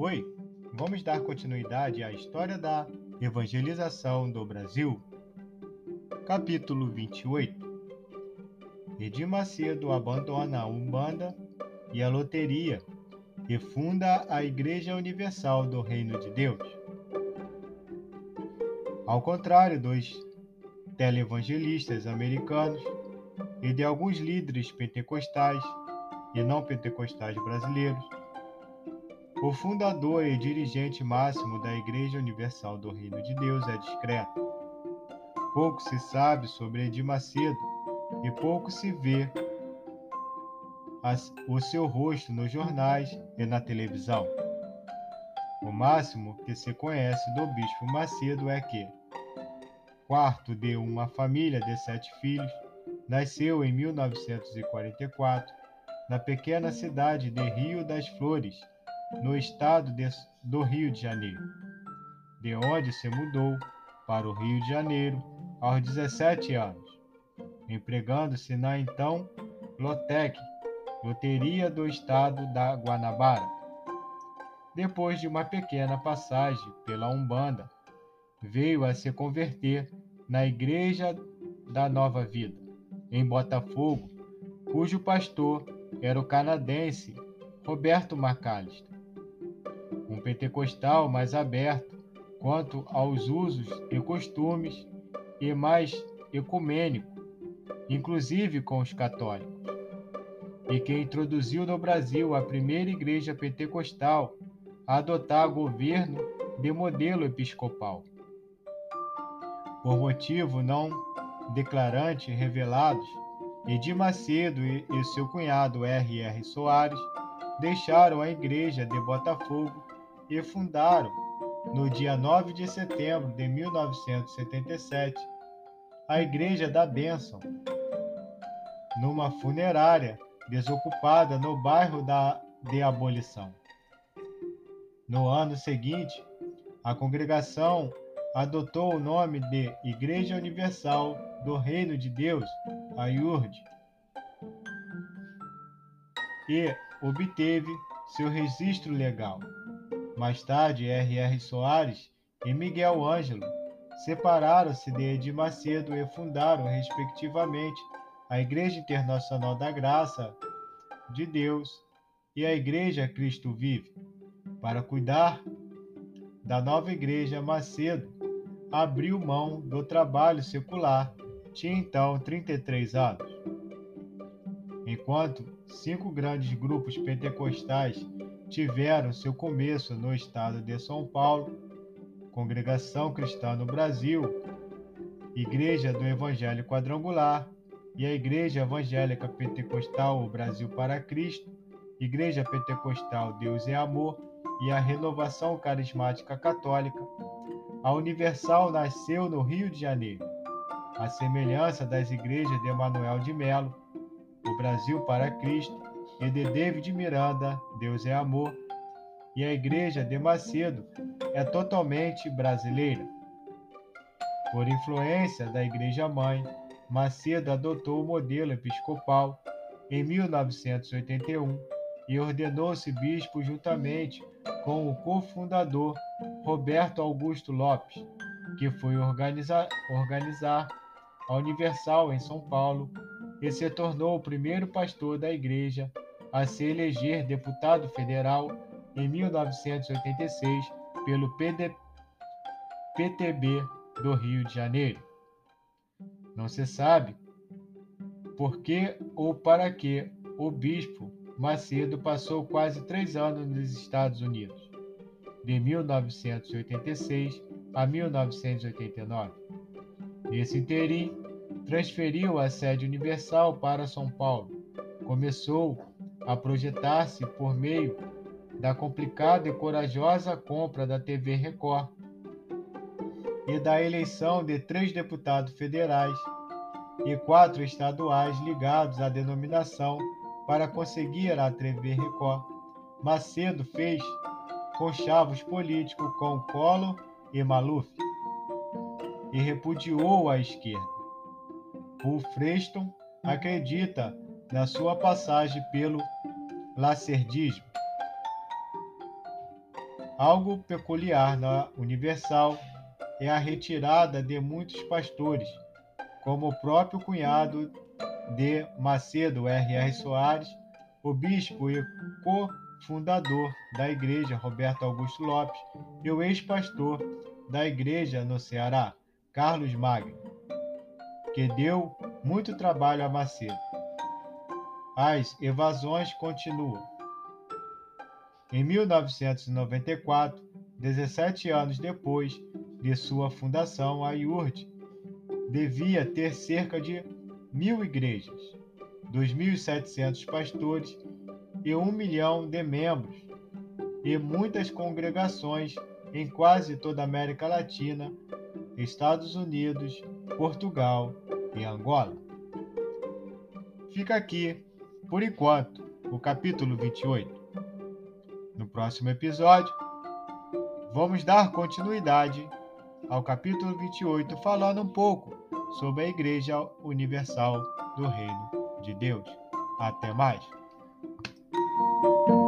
Oi, vamos dar continuidade à história da evangelização do Brasil. Capítulo 28. Edir Macedo abandona a Umbanda e a loteria e funda a Igreja Universal do Reino de Deus. Ao contrário dos televangelistas americanos e de alguns líderes pentecostais e não pentecostais brasileiros, o fundador e dirigente máximo da Igreja Universal do Reino de Deus é discreto. Pouco se sabe sobre Edir Macedo e pouco se vê o seu rosto nos jornais e na televisão. O máximo que se conhece do Bispo Macedo é que, quarto de uma família de 7 filhos, nasceu em 1944 na pequena cidade de Rio das Flores, no estado do Rio de Janeiro, de onde se mudou para o Rio de Janeiro aos 17 anos, empregando-se na então Lotec, Loteria do Estado da Guanabara. Depois de uma pequena passagem pela Umbanda, veio a se converter na Igreja da Nova Vida, em Botafogo, cujo pastor era o canadense Roberto McAllister, um pentecostal mais aberto quanto aos usos e costumes e mais ecumênico, inclusive com os católicos, e que introduziu no Brasil a primeira igreja pentecostal a adotar governo de modelo episcopal. Por motivo não declarante revelados, Edir Macedo e seu cunhado R.R. Soares deixaram a igreja de Botafogo e fundaram, no dia 9 de setembro de 1977, a Igreja da Bênção, numa funerária desocupada no bairro de Abolição. No ano seguinte, a congregação adotou o nome de Igreja Universal do Reino de Deus, a IURD, e obteve seu registro legal. Mais tarde, R.R. Soares e Miguel Ângelo separaram-se de Edir Macedo e fundaram, respectivamente, a Igreja Internacional da Graça de Deus e a Igreja Cristo Vive. Para cuidar da nova igreja, Macedo abriu mão do trabalho secular, tinha então 33 anos. Enquanto 5 grandes grupos pentecostais tiveram seu começo no estado de São Paulo: Congregação Cristã no Brasil, Igreja do Evangelho Quadrangular e a Igreja Evangélica Pentecostal O Brasil para Cristo, Igreja Pentecostal Deus é Amor e a Renovação Carismática Católica, a Universal nasceu no Rio de Janeiro, à semelhança das igrejas de Manuel de Melo, O Brasil para Cristo, e de David Miranda, Deus é Amor, e a Igreja de Macedo é totalmente brasileira. Por influência da Igreja Mãe, Macedo adotou o modelo episcopal em 1981 e ordenou-se bispo juntamente com o cofundador Roberto Augusto Lopes, que foi organizar a Universal em São Paulo e se tornou o primeiro pastor da igreja a se eleger deputado federal em 1986 pelo PTB do Rio de Janeiro. Não se sabe por que ou para que o bispo Macedo passou quase 3 anos nos Estados Unidos, de 1986 a 1989. Nesse interim, transferiu a sede universal para São Paulo. Começou a projetar-se por meio da complicada e corajosa compra da TV Record e da eleição de 3 deputados federais e 4 estaduais ligados à denominação para conseguir a TV Record. Macedo fez conchavos políticos com Collor e Maluf e repudiou a esquerda. Paul Freston acredita na sua passagem pelo lacerdismo. Algo peculiar na Universal é a retirada de muitos pastores, como o próprio cunhado de Macedo, R.R. Soares, o bispo e cofundador da igreja, Roberto Augusto Lopes, e o ex-pastor da igreja no Ceará, Carlos Magno, que deu muito trabalho a Macedo. As evasões continuam. Em 1994, 17 anos depois de sua fundação, a IURD devia ter cerca de 1.000 igrejas, 2.700 pastores e 1 milhão de membros, e muitas congregações em quase toda a América Latina, Estados Unidos, Portugal e Angola. Fica aqui, por enquanto, o capítulo 28. No próximo episódio, vamos dar continuidade ao capítulo 28, falando um pouco sobre a Igreja Universal do Reino de Deus. Até mais!